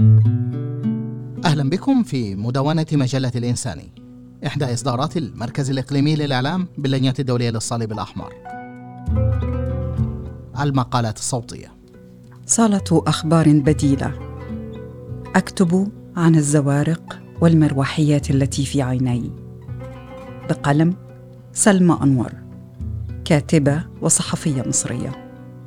أهلا بكم في مدونة مجلة الإنساني، إحدى إصدارات المركز الإقليمي للإعلام باللجنة الدولية للصليب الأحمر. المقالات الصوتية. صالة أخبار بديلة. أكتب عن الزوارق والمروحيات التي في عيني، بقلم سلمى أنور، كاتبة وصحفية مصرية.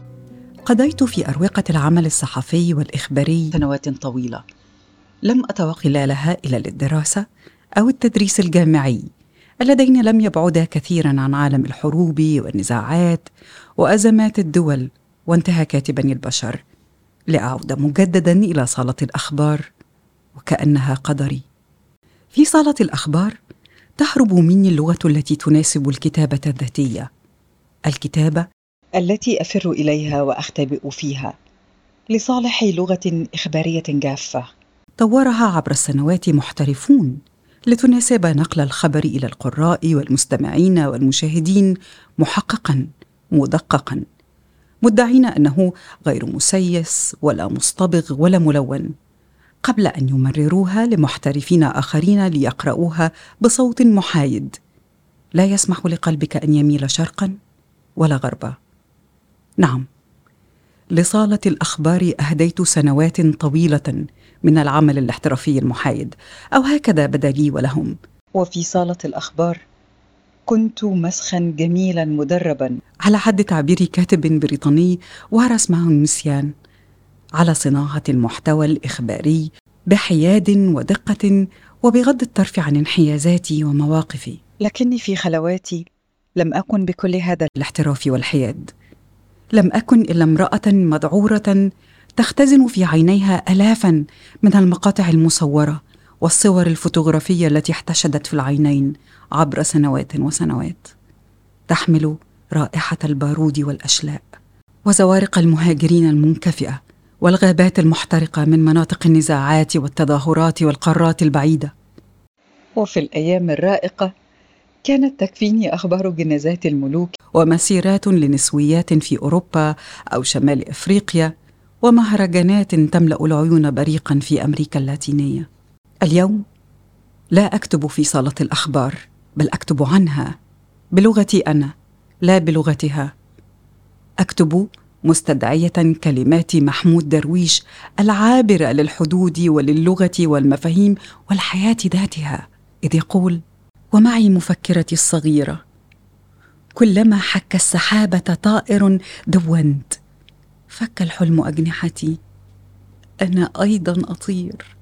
قضيت في أروقة العمل الصحفي والإخباري سنوات طويلة، لم أتوق خلالها إلى الدراسة أو التدريس الجامعي، اللذين لم يبعدا كثيراً عن عالم الحروب والنزاعات وأزمات الدول وانتهاكات بني البشر، لأعود مجدداً إلى صالة الأخبار وكأنها قدري. في صالة الأخبار تهرب مني اللغة التي تناسب الكتابة الذاتية، الكتابة التي أفر إليها وأختبئ فيها لصالح لغة إخبارية جافة طورها عبر السنوات محترفون لتناسب نقل الخبر إلى القراء والمستمعين والمشاهدين محققاً مدققاً، مدعين أنه غير مسيس ولا مصطبغ ولا ملون، قبل أن يمرروها لمحترفين آخرين ليقرؤوها بصوت محايد لا يسمح لقلبك أن يميل شرقاً ولا غرباً. نعم، لصالة الأخبار أهديت سنوات طويلة من العمل الاحترافي المحايد، أو هكذا بدا لي ولهم. وفي صالة الأخبار كنت مسخاً جميلاً مدرباً، على حد تعبير كاتب بريطاني وهرس معه النسيان، على صناعة المحتوى الإخباري بحياد ودقة وبغض الطرف عن انحيازاتي ومواقفي. لكني في خلواتي لم أكن بكل هذا الاحتراف والحياد، لم أكن إلا امرأة مذعورة تختزن في عينيها آلافاً من المقاطع المصورة والصور الفوتوغرافية التي احتشدت في العينين عبر سنوات وسنوات، تحمل رائحة البارود والأشلاء وزوارق المهاجرين المنكفئة والغابات المحترقة من مناطق النزاعات والتظاهرات والقارات البعيدة. وفي الأيام الرائقة كانت تكفيني أخبار جنازات الملوك ومسيرات لنسويات في أوروبا أو شمال أفريقيا ومهرجانات تملأ العيون بريقاً في أمريكا اللاتينية. اليوم لا أكتب في صالة الأخبار، بل أكتب عنها بلغتي أنا لا بلغتها. أكتب مستدعية كلمات محمود درويش العابرة للحدود وللغة والمفاهيم والحياة ذاتها، إذ يقول: ومعي مفكرتي الصغيرة، كلما حك السحابة طائر دونت، فك الحلم أجنحتي، أنا أيضا أطير.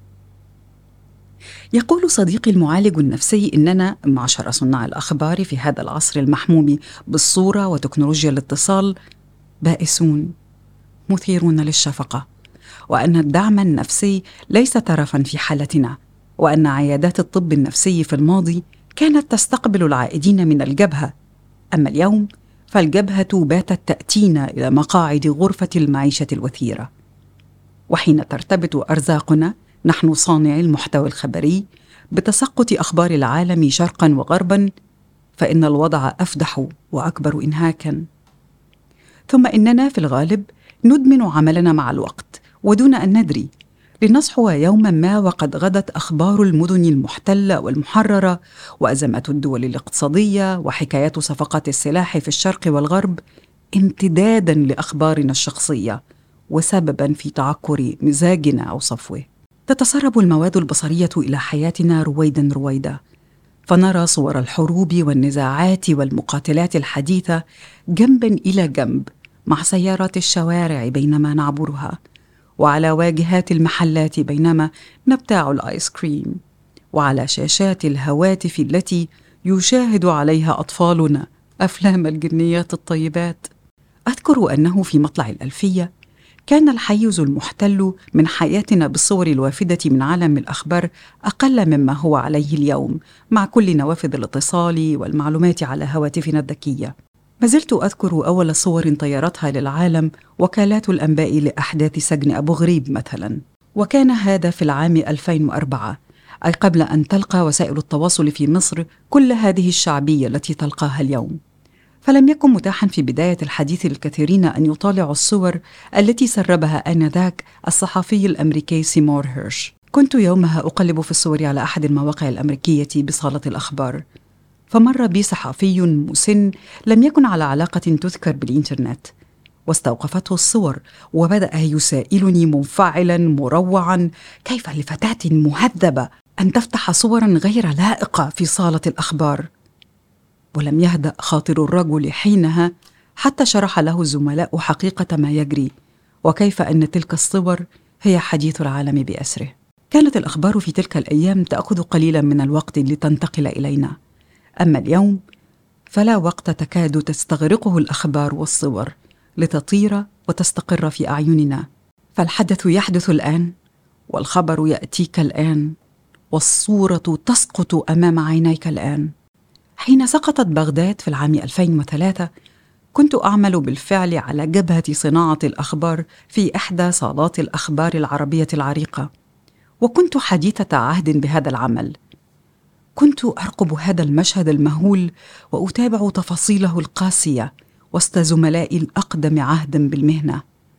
يقول صديقي المعالج النفسي إننا معشر صناع الأخبار في هذا العصر المحموم بالصورة وتكنولوجيا الاتصال بائسون مثيرون للشفقة، وأن الدعم النفسي ليس ترفاً في حالتنا، وأن عيادات الطب النفسي في الماضي كانت تستقبل العائدين من الجبهة، أما اليوم فالجبهة باتت تأتينا إلى مقاعد غرفة المعيشة الوثيرة. وحين ترتبط أرزاقنا نحن صانعي المحتوى الخبري بتسقط أخبار العالم شرقاً وغرباً، فإن الوضع أفدح وأكبر إنهاكاً. ثم إننا في الغالب ندمن عملنا مع الوقت ودون أن ندري، لنصحو يوما ما وقد غدت أخبار المدن المحتلة والمحررة وأزمات الدول الاقتصادية وحكايات صفقات السلاح في الشرق والغرب امتدادا لأخبارنا الشخصية وسببا في تعكر مزاجنا أو صفوه. تتسرب المواد البصرية إلى حياتنا رويدا رويدا، فنرى صور الحروب والنزاعات والمقاتلات الحديثة جنبا إلى جنب مع سيارات الشوارع بينما نعبرها، وعلى واجهات المحلات بينما نبتاع الآيس كريم، وعلى شاشات الهواتف التي يشاهد عليها أطفالنا أفلام الجنيات الطيبات. أذكر أنه في مطلع الألفية كان الحيز المحتل من حياتنا بالصور الوافدة من عالم الأخبار أقل مما هو عليه اليوم مع كل نوافذ الاتصال والمعلومات على هواتفنا الذكية. ما زلت أذكر أول صور طيرتها للعالم وكالات الأنباء لأحداث سجن أبو غريب مثلاً، وكان هذا في العام 2004، أي قبل أن تلقى وسائل التواصل في مصر كل هذه الشعبية التي تلقاها اليوم. فلم يكن متاحا في بداية الحديث للكثيرين أن يطالعوا الصور التي سربها آنذاك الصحفي الأمريكي سيمور هيرش. كنت يومها أقلب في الصور على أحد المواقع الأمريكية بصالة الأخبار، فمر بي صحفي مسن لم يكن على علاقة تذكر بالإنترنت، واستوقفته الصور وبدأ يسائلني منفعلا مروعا كيف لفتاة مهذبة أن تفتح صورا غير لائقة في صالة الأخبار. ولم يهدأ خاطر الرجل حينها حتى شرح له الزملاء حقيقة ما يجري، وكيف أن تلك الصور هي حديث العالم بأسره. كانت الأخبار في تلك الأيام تأخذ قليلا من الوقت لتنتقل إلينا، أما اليوم فلا وقت تكاد تستغرقه الأخبار والصور لتطير وتستقر في أعيننا. فالحدث يحدث الآن، والخبر يأتيك الآن، والصورة تسقط أمام عينيك الآن. حين سقطت بغداد في العام 2003 كنت أعمل بالفعل على جبهة صناعة الأخبار في إحدى صالات الأخبار العربية العريقة، وكنت حديثة عهد بهذا العمل. كنت أرقب هذا المشهد المهول وأتابع تفاصيله القاسية وسط زملائي الأقدم عهدا بالمهنة،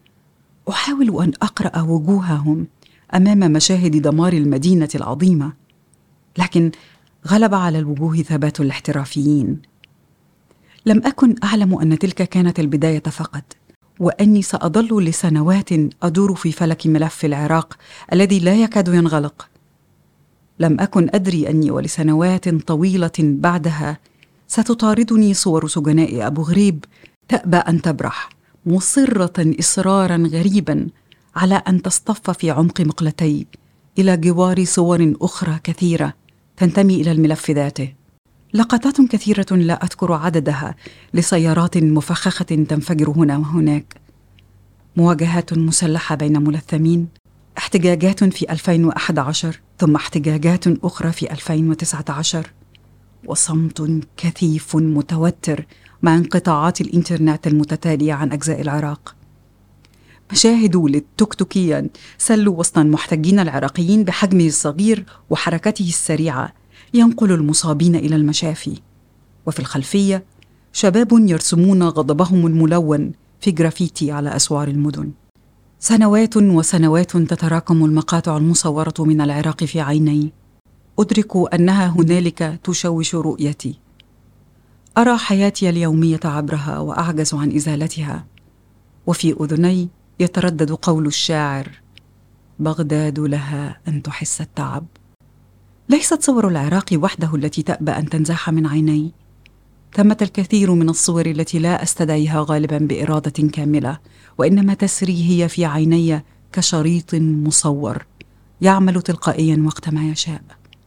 أحاول أن أقرأ وجوههم أمام مشاهد دمار المدينة العظيمة، لكن غلب على الوجوه ثبات الاحترافيين. لم أكن أعلم أن تلك كانت البداية فقط، وأني سأظل لسنوات أدور في فلك ملف العراق الذي لا يكاد ينغلق. لم أكن أدري أني ولسنوات طويلة بعدها ستطاردني صور سجناء أبو غريب تأبى أن تبرح، مصرة إصرارا غريبا على أن تصطف في عمق مقلتي إلى جوار صور أخرى كثيرة تنتمي إلى الملف ذاته. لقطات كثيرة لا أذكر عددها لسيارات مفخخة تنفجر هنا وهناك، مواجهات مسلحة بين ملثمين، احتجاجات في 2011 ثم احتجاجات أخرى في 2019، وصمت كثيف متوتر مع انقطاعات الإنترنت المتتالية عن أجزاء العراق. مشاهد للتوكتوكيا سلوا وسط المحتجين العراقيين بحجمه الصغير وحركته السريعة ينقل المصابين إلى المشافي، وفي الخلفية شباب يرسمون غضبهم الملون في جرافيتي على أسوار المدن. سنوات وسنوات تتراكم المقاطع المصورة من العراق في عيني، أدرك أنها هنالك تشوش رؤيتي. أرى حياتي اليومية عبرها وأعجز عن إزالتها، وفي أذني يتردد قول الشاعر: بغداد لها أن تحس التعب. ليست صور العراق وحده التي تأبى أن تنزاح من عيني، ثمة الكثير من الصور التي لا أستدعيها غالبا بإرادة كاملة، وإنما تسري هي في عيني كشريط مصور يعمل تلقائيا وقت ما يشاء،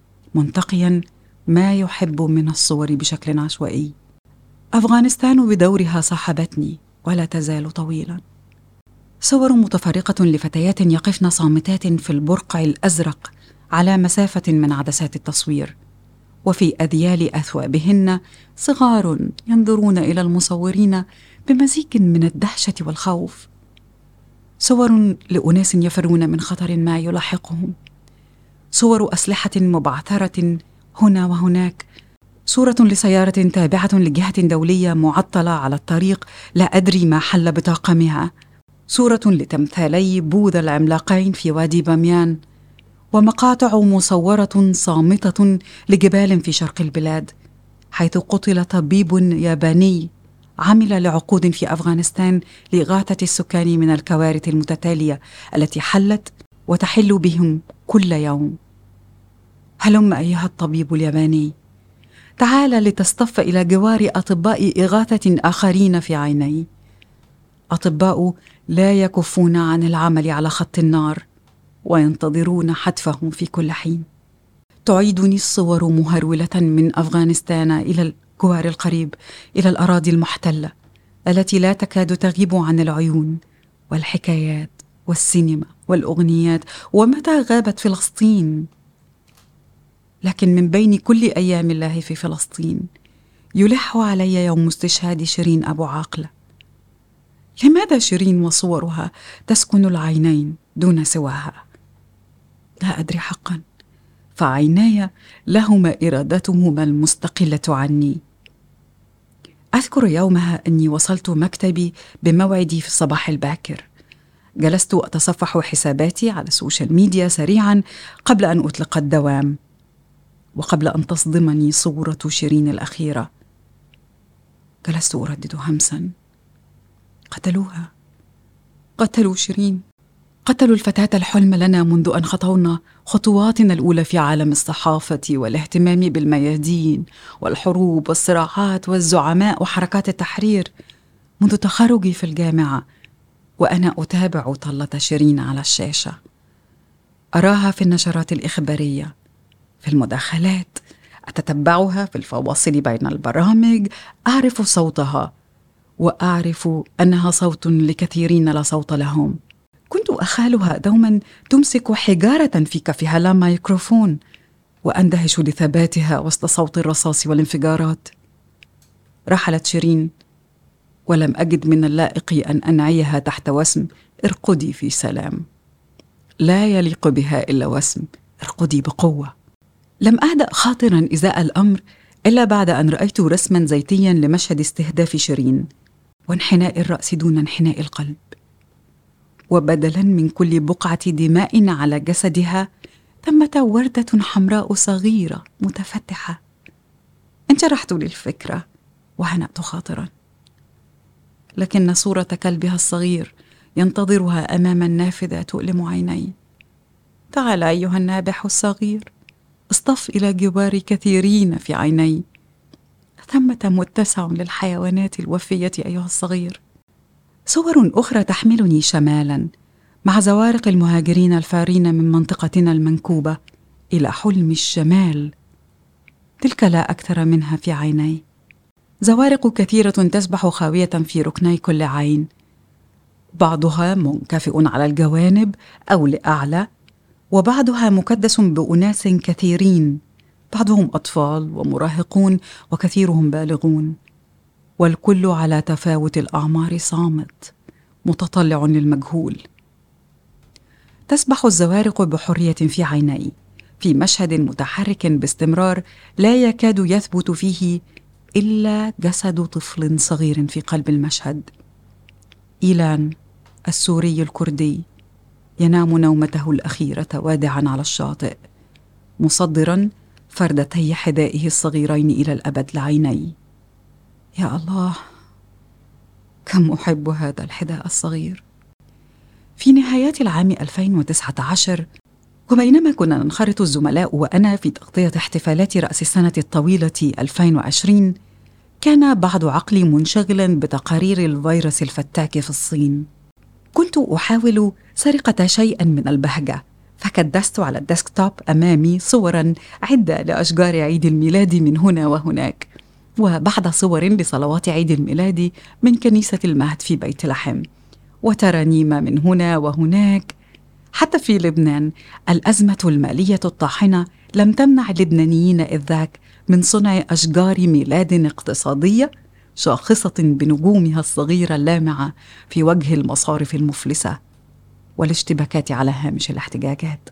منتقيا ما يحب من الصور بشكل عشوائي. أفغانستان بدورها صاحبتني ولا تزال طويلا. صور متفرقة لفتيات يقفن صامتات في البرقع الأزرق على مسافة من عدسات التصوير، وفي أذيال أثوابهن صغار ينظرون إلى المصورين بمزيج من الدهشة والخوف. صور لأناس يفرون من خطر ما يلاحقهم، صور أسلحة مبعثرة هنا وهناك، صورة لسيارة تابعة لجهة دولية معطلة على الطريق لا أدري ما حل بطاقمها، صورة لتمثالي بوذا العملاقين في وادي باميان، ومقاطع مصورة صامتة لجبال في شرق البلاد حيث قتل طبيب ياباني عمل لعقود في أفغانستان لإغاثة السكان من الكوارث المتتالية التي حلت وتحل بهم كل يوم. هلم أيها الطبيب الياباني، تعال لتصطف إلى جوار أطباء إغاثة آخرين في عيني، أطباء لا يكفون عن العمل على خط النار وينتظرون حتفهم في كل حين. تعيدني الصور مهرولة من أفغانستان إلى الجوار القريب، إلى الأراضي المحتلة التي لا تكاد تغيب عن العيون، والحكايات والسينما والأغنيات. ومتى غابت فلسطين؟ لكن من بين كل أيام الله في فلسطين يلح علي يوم استشهاد شيرين أبو عاقلة. لماذا شيرين وصورها تسكن العينين دون سواها؟ لا أدري حقا، فعيناي لهما إرادتهما المستقلة عني. أذكر يومها أني وصلت مكتبي بموعدي في الصباح الباكر. جلست أتصفح حساباتي على السوشيال ميديا سريعا قبل أن أطلق الدوام، وقبل أن تصدمني صورة شيرين الأخيرة. جلست أردد همسا: قتلوها، قتلوا شيرين، قتلوا الفتاة الحلم لنا منذ أن خطونا خطواتنا الأولى في عالم الصحافة والاهتمام بالميادين والحروب والصراعات والزعماء وحركات التحرير، منذ تخرجي في الجامعة وأنا أتابع طلة شيرين على الشاشة، أراها في النشرات الإخبارية، في المداخلات، أتتبعها في الفواصل بين البرامج، أعرف صوتها وأعرف أنها صوت لكثيرين لا صوت لهم. كنت أخالها دوما تمسك حجارة في كفها لا ميكروفون، وأندهش لثباتها وسط صوت الرصاص والانفجارات. رحلت شيرين، ولم أجد من اللائق أن أنعيها تحت وسم ارقدي في سلام. لا يليق بها إلا وسم ارقدي بقوة. لم أهدأ خاطرا إزاء الأمر إلا بعد أن رأيت رسما زيتيا لمشهد استهداف شيرين وانحناء الرأس دون انحناء القلب، وبدلا من كل بقعة دماء على جسدها ثمة وردة حمراء صغيرة متفتحة. انجرحت للفكرة وهنأت خاطرا، لكن صورة كلبها الصغير ينتظرها أمام النافذة تؤلم عيني. تعال أيها النابح الصغير، اصطف إلى جوار كثيرين في عيني. ثمة متسع للحيوانات الوفية أيها الصغير. صور أخرى تحملني شمالا مع زوارق المهاجرين الفارين من منطقتنا المنكوبة إلى حلم الشمال. تلك لا أكثر منها في عيني. زوارق كثيرة تسبح خاوية في ركني كل عين، بعضها منكفئ على الجوانب أو لأعلى، وبعضها مكدس بأناس كثيرين، بعضهم أطفال ومراهقون وكثيرهم بالغون، والكل على تفاوت الأعمار صامت متطلع للمجهول. تسبح الزوارق بحرية في عيني في مشهد متحرك باستمرار لا يكاد يثبت فيه إلا جسد طفل صغير في قلب المشهد. إيلان السوري الكردي ينام نومته الأخيرة وادعا على الشاطئ، مصدرا فردتي حذائه الصغيرين إلى الأبد لعيني. يا الله، كم أحب هذا الحذاء الصغير. في نهايات العام 2019، وبينما كنا ننخرط الزملاء وأنا في تغطية احتفالات رأس السنة الطويلة 2020، كان بعض عقلي منشغلا بتقارير الفيروس الفتاك في الصين. كنت أحاول سرقة شيئا من البهجة، فكدست على الديسكتوب أمامي صورا عدة لأشجار عيد الميلاد من هنا وهناك، وبعض صور لصلوات عيد الميلاد من كنيسة المهد في بيت لحم، وترانيم من هنا وهناك. حتى في لبنان الأزمة المالية الطاحنة لم تمنع اللبنانيين إذ ذاك من صنع أشجار ميلاد اقتصادية شاخصة بنجومها الصغيرة اللامعة في وجه المصارف المفلسة والاشتباكات على هامش الاحتجاجات.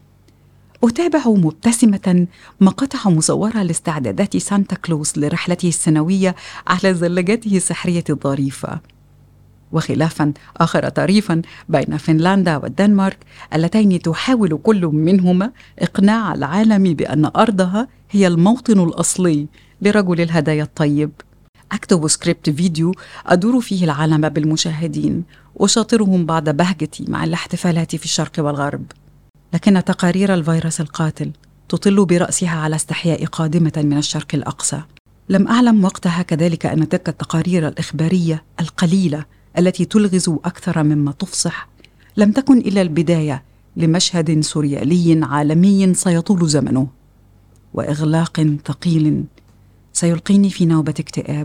أتابع مبتسمة مقاطع مصورة لاستعدادات سانتا كلوز لرحلته السنوية على زلاجته السحرية الظريفة. وخلافا آخر طريفا بين فنلندا والدنمارك اللتين تحاول كل منهما إقناع العالم بأن أرضها هي الموطن الأصلي لرجل الهدايا الطيب. أكتب سكريبت فيديو أدور فيه العالم بالمشاهدين، أشاطرهم بعد بهجتي مع الاحتفالات في الشرق والغرب. لكن تقارير الفيروس القاتل تطل برأسها على استحياء قادمة من الشرق الأقصى. لم أعلم وقتها كذلك أن تلك التقارير الإخبارية القليلة التي تلغز أكثر مما تفصح لم تكن إلا البداية لمشهد سوريالي عالمي سيطول زمنه، وإغلاق ثقيل سيلقيني في نوبة اكتئاب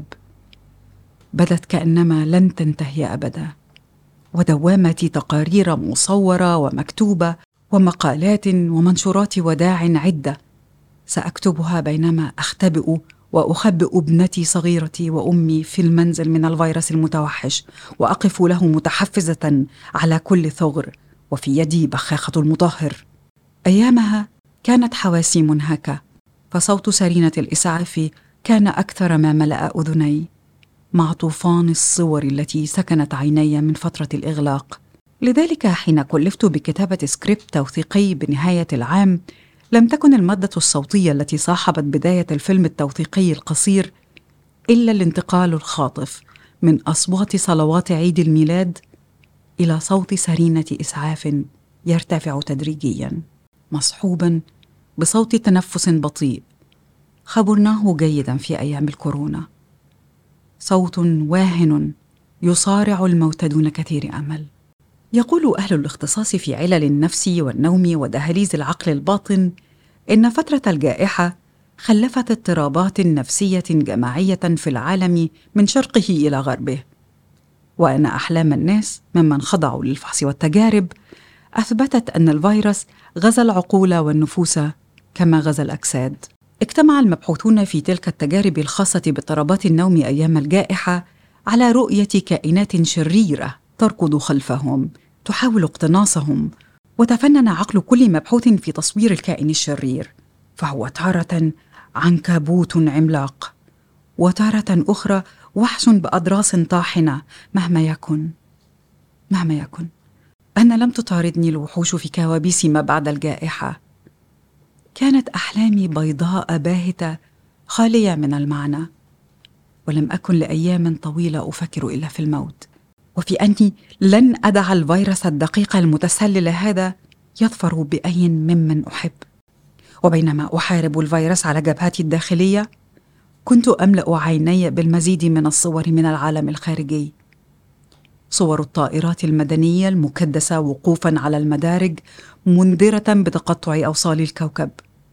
بدت كأنما لن تنتهي أبدا، ودوامة تقارير مصورة ومكتوبة ومقالات ومنشورات وداع عدة سأكتبها بينما أختبئ وأخبئ ابنتي صغيرتي وأمي في المنزل من الفيروس المتوحش، وأقف له متحفزة على كل ثغر وفي يدي بخاخة المطهر. أيامها كانت حواسي منهكة، فصوت سرينة الإسعاف كان أكثر ما ملأ أذني. مع طوفان الصور التي سكنت عيني من فترة الإغلاق. لذلك حين كلفت بكتابة سكريبت توثيقي بنهاية العام، لم تكن المادة الصوتية التي صاحبت بداية الفيلم التوثيقي القصير إلا الانتقال الخاطف من أصوات صلوات عيد الميلاد إلى صوت سرينة إسعاف يرتفع تدريجياً، مصحوباً بصوت تنفس بطيء خبرناه جيداً في أيام الكورونا، صوت واهن يصارع الموت دون كثير أمل. يقول أهل الاختصاص في علل النفس والنوم ودهاليز العقل الباطن إن فترة الجائحة خلفت اضطرابات نفسية جماعية في العالم من شرقه إلى غربه، وأن أحلام الناس ممن خضعوا للفحص والتجارب أثبتت أن الفيروس غزا العقول والنفوس كما غزا الأجساد. اجتمع المبحوثون في تلك التجارب الخاصة باضطرابات النوم أيام الجائحة على رؤية كائنات شريرة تركض خلفهم تحاول اقتناصهم، وتفنن عقل كل مبحوث في تصوير الكائن الشرير، فهو تارة عنكبوت عملاق وتارة أخرى وحش بأضراس طاحنة. مهما يكن أنا لم تطاردني الوحوش في كوابيس ما بعد الجائحة. كانت أحلامي بيضاء باهتة خالية من المعنى، ولم أكن لأيام طويلة أفكر إلا في الموت، وفي أني لن أدع الفيروس الدقيق المتسلل هذا يظفر بأي ممن أحب. وبينما أحارب الفيروس على جبهتي الداخلية، كنت أملأ عيني بالمزيد من الصور من العالم الخارجي، صور الطائرات المدنية المكدسة وقوفاً على المدارج منذرة بتقطع أوصال الكوكب،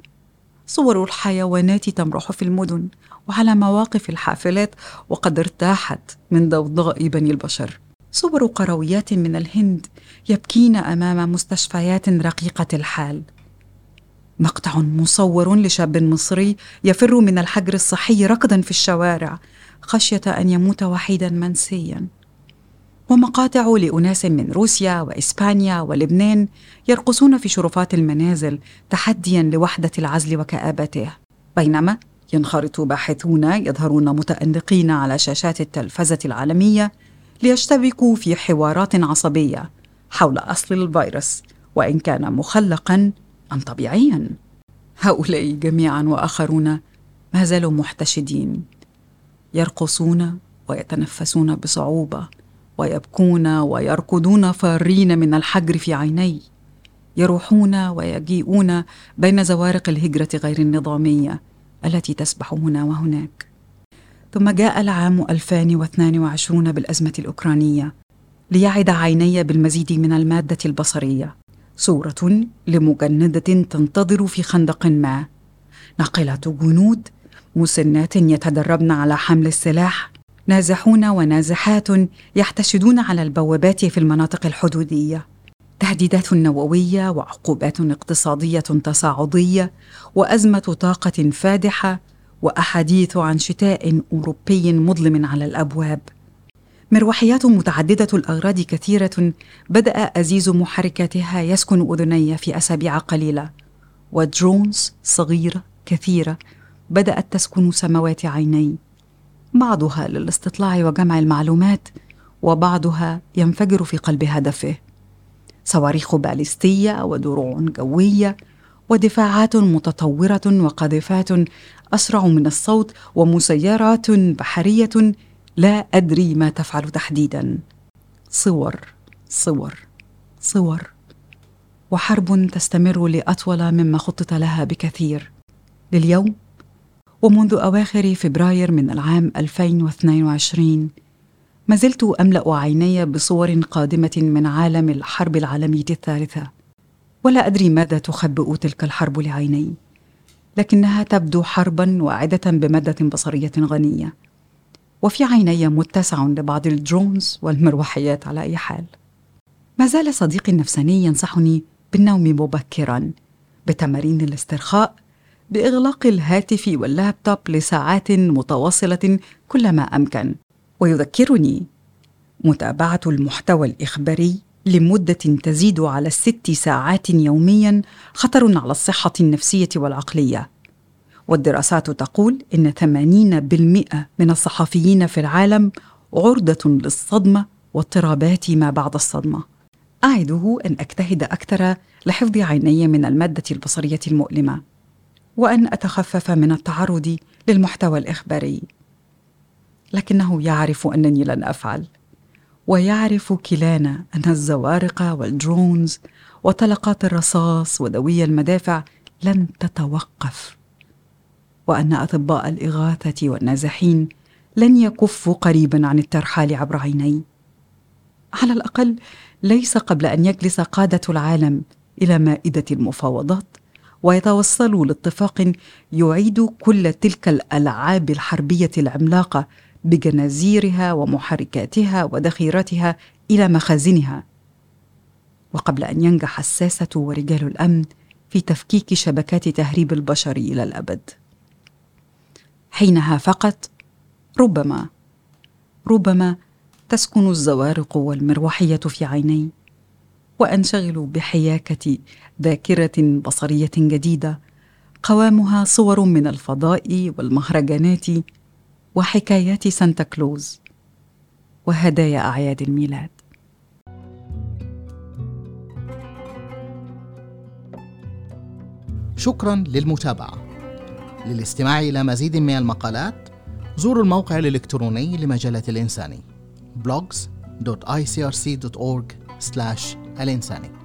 صور الحيوانات تمرح في المدن وعلى مواقف الحافلات وقد ارتاحت من ضوضاء بني البشر، صور قرويات من الهند يبكين أمام مستشفيات رقيقة الحال، مقطع مصور لشاب مصري يفر من الحجر الصحي ركضاً في الشوارع خشية أن يموت وحيداً منسياً، ومقاطع لأناس من روسيا وإسبانيا ولبنان يرقصون في شرفات المنازل تحدياً لوحدة العزل وكآبته، بينما ينخرط باحثون يظهرون متأنقين على شاشات التلفزة العالمية ليشتبكوا في حوارات عصبية حول أصل الفيروس وإن كان مخلقاً أم طبيعياً. هؤلاء جميعاً وآخرون ما زالوا محتشدين، يرقصون ويتنفسون بصعوبة ويبكون ويركضون فارين من الحجر في عيني، يروحون ويجيئون بين زوارق الهجرة غير النظامية التي تسبح هنا وهناك. ثم جاء العام 2022 بالأزمة الأوكرانية ليعد عيني بالمزيد من المادة البصرية، صورة لمجندة تنتظر في خندق ما، ناقلة جنود مسنات يتدربن على حمل السلاح، نازحون ونازحات يحتشدون على البوابات في المناطق الحدودية، تهديدات نووية وعقوبات اقتصادية تصاعدية وأزمة طاقة فادحة وأحاديث عن شتاء أوروبي مظلم على الأبواب، مروحيات متعددة الأغراض كثيرة بدأ أزيز محركاتها يسكن أذني في أسابيع قليلة، ودرونز صغيرة كثيرة بدأت تسكن سماوات عيني، بعضها للاستطلاع وجمع المعلومات وبعضها ينفجر في قلب هدفه، صواريخ باليستية ودروع جوية ودفاعات متطورة وقاذفات أسرع من الصوت ومسيرات بحرية لا أدري ما تفعل تحديداً. صور صور صور، وحرب تستمر لأطول مما خطط لها بكثير. لليوم ومنذ أواخر فبراير من العام 2022 ما زلت أملأ عيني بصور قادمة من عالم الحرب العالمية الثالثة، ولا أدري ماذا تخبئ تلك الحرب لعيني، لكنها تبدو حرباً واعدة بمادة بصرية غنية، وفي عيني متسع لبعض الدرونز والمروحيات. على أي حال، ما زال صديقي النفساني ينصحني بالنوم مبكراً، بتمارين الاسترخاء، بإغلاق الهاتف واللابتوب لساعات متواصلة كلما أمكن، ويذكرني متابعة المحتوى الإخباري لمدة تزيد على 6 ساعات يومياً خطر على الصحة النفسية والعقلية، والدراسات تقول إن 80% من الصحفيين في العالم عرضة للصدمة واضطرابات ما بعد الصدمة. أعده أن أجتهد أكثر لحفظ عيني من المادة البصرية المؤلمة، وأن أتخفف من التعرض للمحتوى الإخباري، لكنه يعرف أنني لن أفعل، ويعرف كلانا أن الزوارق والدرونز وطلقات الرصاص ودوي المدافع لن تتوقف، وأن أطباء الإغاثة والنازحين لن يكفوا قريبا عن الترحال عبر عيني، على الأقل ليس قبل أن يجلس قادة العالم إلى مائدة المفاوضات ويتوصلوا لاتفاق يعيد كل تلك الألعاب الحربية العملاقة بجنازيرها ومحركاتها وذخيرتها إلى مخازنها، وقبل أن ينجح الساسة ورجال الأمن في تفكيك شبكات تهريب البشر إلى الأبد. حينها فقط ربما تسكن الزوارق والمروحية في عيني، وأنشغل بحياكة ذاكرة بصرية جديدة قوامها صور من الفضاء والمهرجانات وحكايات سانتا كلوز وهدايا أعياد الميلاد. شكرا للمتابعة. للاستماع إلى مزيد من المقالات زوروا الموقع الإلكتروني لمجلة الإنساني blogs.icrc.org/الإنساني.